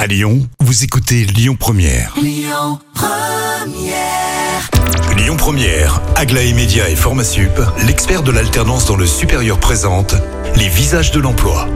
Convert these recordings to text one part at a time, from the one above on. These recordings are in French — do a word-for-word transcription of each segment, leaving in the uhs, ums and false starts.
À Lyon, vous écoutez Lyon Première. Lyon Première. Lyon Première, Aglaé Média et Formasup, l'expert de l'alternance dans le supérieur présente les visages de l'emploi.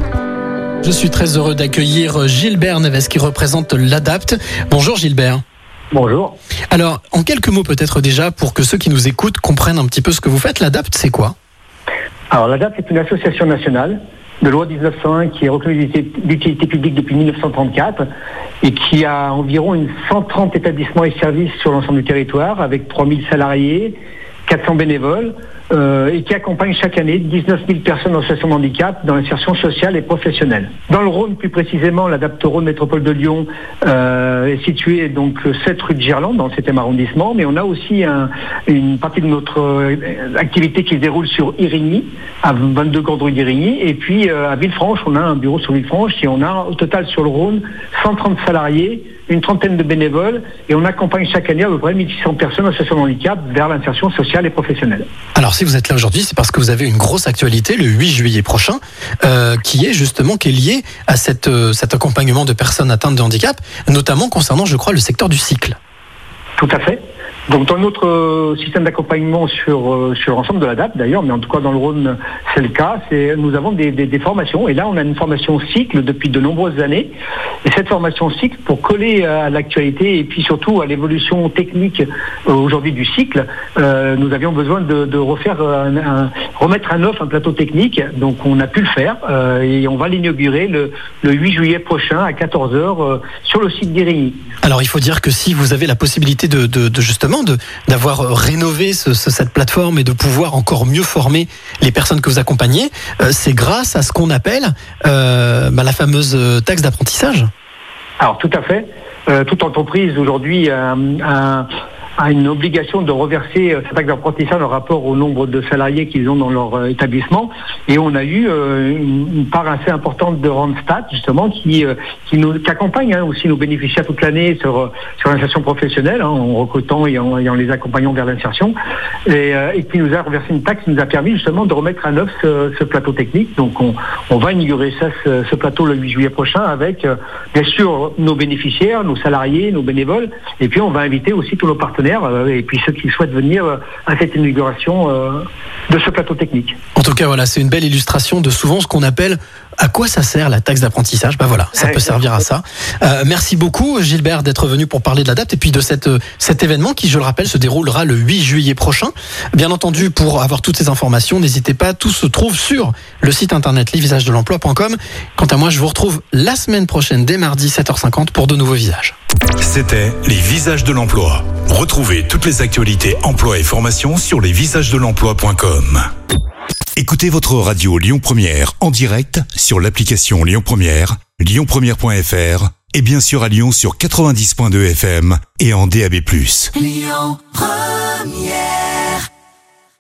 Je suis très heureux d'accueillir Gilbert Neves qui représente l'Adapt. Bonjour Gilbert. Bonjour. Alors, en quelques mots peut-être déjà pour que ceux qui nous écoutent comprennent un petit peu ce que vous faites. L'Adapt, c'est quoi ? Alors l'Adapt est une association nationale de loi dix-neuf cent un qui est reconnue d'utilité publique depuis mille neuf cent trente-quatre et qui a environ une cent trente établissements et services sur l'ensemble du territoire avec trois mille salariés, quatre cents bénévoles euh, et qui accompagne chaque année dix-neuf mille personnes en situation de handicap dans l'insertion sociale et professionnelle. Dans le Rhône, plus précisément, l'Adapt Rhône Métropole de Lyon euh, est située donc sept rue de Gerland dans le septième arrondissement, mais on a aussi un, une partie de notre euh, activité qui se déroule sur Irigny, à vingt-deux Gordes rue d'Irigny, et puis euh, à Villefranche, on a un bureau sur Villefranche et on a au total sur le Rhône cent trente salariés, une trentaine de bénévoles et on accompagne chaque année à peu près mille six cents personnes en situation de handicap vers l'insertion sociale et professionnelle. Alors si vous êtes là aujourd'hui, c'est parce que vous avez une grosse actualité le huit juillet prochain euh, qui est justement qui est liée à cette, euh, cet accompagnement de personnes atteintes de handicap, notamment concernant, je crois, le secteur du cycle. Tout à fait. Donc dans notre euh, système d'accompagnement sur euh, sur l'ensemble de l'Adapt d'ailleurs, mais en tout cas dans le Rhône c'est le cas, c'est nous avons des, des, des formations et là on a une formation cycle depuis de nombreuses années et cette formation cycle pour coller à l'actualité et puis surtout à l'évolution technique euh, aujourd'hui du cycle, euh, nous avions besoin de, de refaire un, un, remettre à neuf un plateau technique, donc on a pu le faire euh, et on va l'inaugurer le, le huit juillet prochain à quatorze heures euh, sur le site d'Irigny. Alors il faut dire que si vous avez la possibilité de, de, de justement De, d'avoir rénové ce, ce, cette plateforme et de pouvoir encore mieux former les personnes que vous accompagnez, euh, c'est grâce à ce qu'on appelle euh, bah, la fameuse taxe d'apprentissage. Alors tout à fait. Euh, toute entreprise aujourd'hui a, a, a une obligation de reverser cette taxe d'apprentissage en rapport au nombre de salariés qu'ils ont dans leur euh, établissement. Et on a eu euh, une, une part assez importante de Randstad justement qui, euh, qui nous qui accompagne hein, aussi nos bénéficiaires toute l'année sur sur l'insertion professionnelle, hein, en recrutant et en, et en les accompagnant vers l'insertion, et, euh, et qui nous a reversé une taxe qui nous a permis justement de remettre à neuf ce, ce plateau technique. Donc on, on va inaugurer ça, ce, ce plateau le huit juillet prochain avec euh, bien sûr nos bénéficiaires, nos salariés, nos bénévoles, et puis on va inviter aussi tous nos partenaires et puis ceux qui souhaitent venir à cette inauguration de ce plateau technique. En tout cas, voilà, c'est une belle illustration de souvent ce qu'on appelle à quoi ça sert la taxe d'apprentissage. Ben voilà, ça peut servir à ça. Euh, merci beaucoup Gilbert d'être venu pour parler de l'Adapt et puis de cette, cet événement qui, je le rappelle, se déroulera le huit juillet prochain. Bien entendu, pour avoir toutes ces informations, n'hésitez pas, tout se trouve sur le site internet les visages de l'emploi point com. Quant à moi, je vous retrouve la semaine prochaine dès mardi sept heures cinquante pour de nouveaux visages. C'était les visages de l'emploi. Retrouvez toutes les actualités emploi et formation sur les visages de l'emploi point com. Écoutez votre radio Lyon Première en direct sur l'application Lyon Première, lyon première point f r et bien sûr à Lyon sur quatre-vingt-dix point deux F M et en D A B plus. Lyon Première.